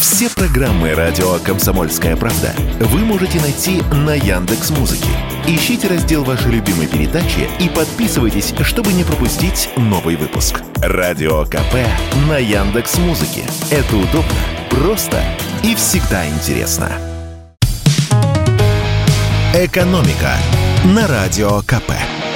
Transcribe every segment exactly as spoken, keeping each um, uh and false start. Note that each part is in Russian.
Все программы радио «Комсомольская правда» вы можете найти на Яндекс.Музыке. Ищите раздел вашей любимой передачи и подписывайтесь, чтобы не пропустить новый выпуск. Радио КП на Яндекс.Музыке. Это удобно, просто и всегда интересно. «Экономика» на Радио КП.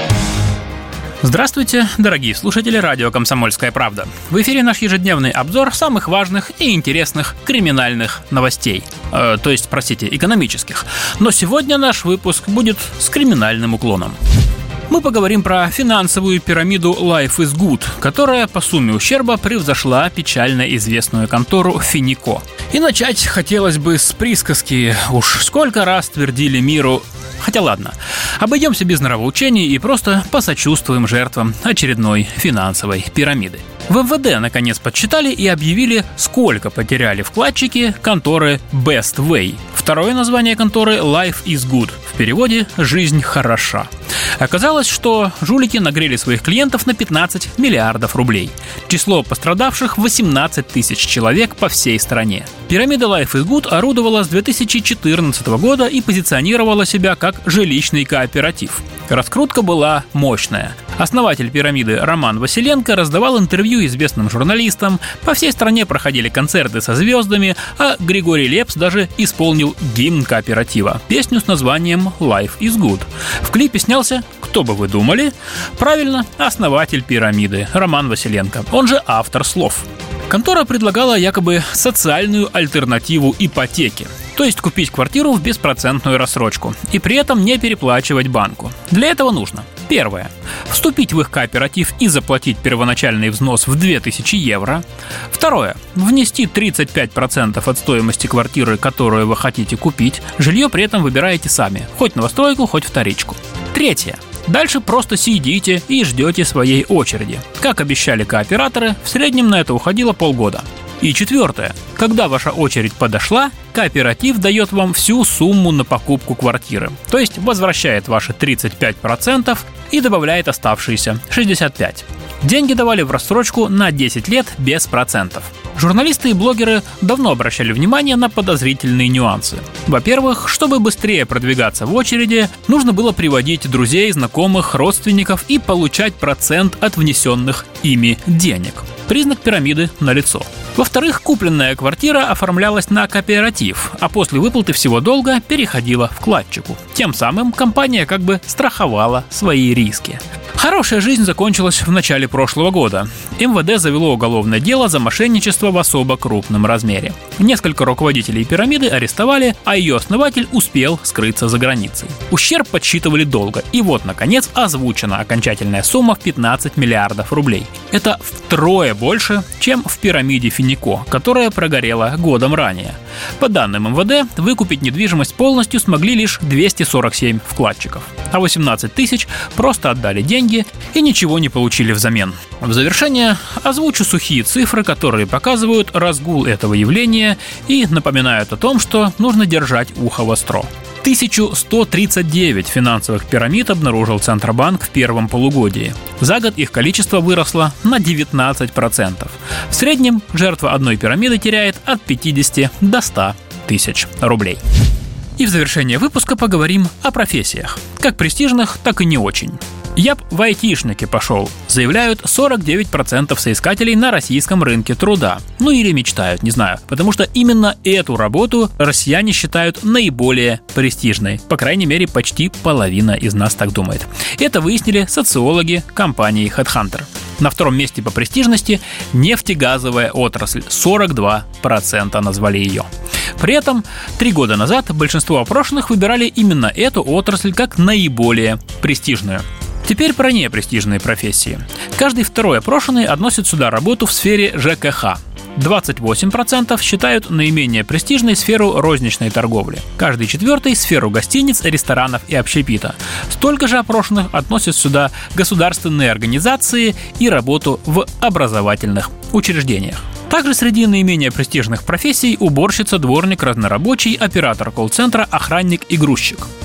Здравствуйте, дорогие слушатели радио «Комсомольская правда». В эфире наш ежедневный обзор самых важных и интересных криминальных новостей. Э, то есть, простите, экономических. Но сегодня наш выпуск будет с криминальным уклоном. Мы поговорим про финансовую пирамиду Life is Good, которая по сумме ущерба превзошла печально известную контору Финико. И начать хотелось бы с присказки «Уж сколько раз твердили миру». Хотя ладно, обойдемся без нравоучений и просто посочувствуем жертвам очередной финансовой пирамиды. В эм вэ дэ наконец подсчитали и объявили, сколько потеряли вкладчики конторы Best Way. Второе название конторы Life is Good. В переводе «Жизнь хороша». Оказалось, что жулики нагрели своих клиентов на пятнадцать миллиардов рублей. Число пострадавших – восемнадцать тысяч человек по всей стране. Пирамида Life is Good орудовала с две тысячи четырнадцатого года и позиционировала себя как жилищный кооператив. Раскрутка была мощная. Основатель пирамиды Роман Василенко раздавал интервью известным журналистам, по всей стране проходили концерты со звездами, а Григорий Лепс даже исполнил гимн кооператива, песню с названием «Life is Good». В клипе снялся, кто бы вы думали? Правильно, основатель пирамиды Роман Василенко, он же автор слов. Контора предлагала якобы социальную альтернативу ипотеке, то есть купить квартиру в беспроцентную рассрочку и при этом не переплачивать банку. Для этого нужно: первое. Вступить в их кооператив и заплатить первоначальный взнос в две тысячи евро. Второе. Внести тридцать пять процентов от стоимости квартиры, которую вы хотите купить. Жилье при этом выбираете сами, хоть новостройку, хоть вторичку. Третье. Дальше просто сидите и ждете своей очереди. Как обещали кооператоры, в среднем на это уходило полгода. И четвертое. Когда ваша очередь подошла, кооператив дает вам всю сумму на покупку квартиры, то есть возвращает ваши тридцать пять процентов и добавляет оставшиеся шестьдесят пять процентов. Деньги давали в рассрочку на десять лет без процентов. Журналисты и блогеры давно обращали внимание на подозрительные нюансы. Во-первых, чтобы быстрее продвигаться в очереди, нужно было приводить друзей, знакомых, родственников и получать процент от внесенных ими денег. Признак пирамиды налицо. Во-вторых, купленная квартира оформлялась на кооператив, а после выплаты всего долга переходила вкладчику. Тем самым компания как бы страховала свои риски. Хорошая жизнь закончилась в начале прошлого года. эм вэ дэ завело уголовное дело за мошенничество в особо крупном размере. Несколько руководителей пирамиды арестовали, а ее основатель успел скрыться за границей. Ущерб подсчитывали долго, и вот, наконец, озвучена окончательная сумма в пятнадцать миллиардов рублей. Это втрое больше, чем в пирамиде Финико, которая прогорела годом ранее. По данным эм вэ дэ, выкупить недвижимость полностью смогли лишь двести сорок семь вкладчиков, а восемнадцать тысяч просто отдали деньги и ничего не получили взамен. В завершение озвучу сухие цифры, которые показывают разгул этого явления и напоминают о том, что нужно держать ухо востро. тысяча сто тридцать девять финансовых пирамид обнаружил Центробанк в первом полугодии. За год их количество выросло на девятнадцать процентов. В среднем жертва одной пирамиды теряет от пятидесяти до ста тысяч рублей. И в завершение выпуска поговорим о профессиях, как престижных, так и не очень. Я б в айтишники пошел, заявляют сорок девять процентов соискателей на российском рынке труда. Ну или мечтают, не знаю, потому что именно эту работу россияне считают наиболее престижной. По крайней мере, почти половина из нас так думает. Это выяснили социологи компании HeadHunter. На втором месте по престижности нефтегазовая отрасль, сорок два процента назвали ее. При этом три года назад большинство опрошенных выбирали именно эту отрасль как наиболее престижную. Теперь про непрестижные профессии. Каждый второй опрошенный относит сюда работу в сфере жэ ка ха. двадцать восемь процентов считают наименее престижной сферу розничной торговли. Каждый четвертый – сферу гостиниц, ресторанов и общепита. Столько же опрошенных относят сюда государственные организации и работу в образовательных учреждениях. Также среди наименее престижных профессий уборщица, дворник, разнорабочий, оператор колл-центра, охранник и грузчик.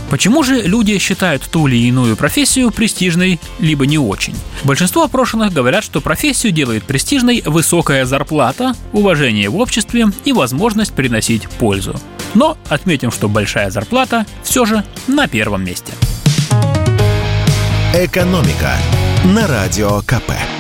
Почему же люди считают ту или иную профессию престижной, либо не очень? Большинство опрошенных говорят, что профессию делает престижной высокая зарплата, уважение в обществе и возможность приносить пользу. Но отметим, что большая зарплата все же на первом месте. «Экономика» на Радио ка пэ.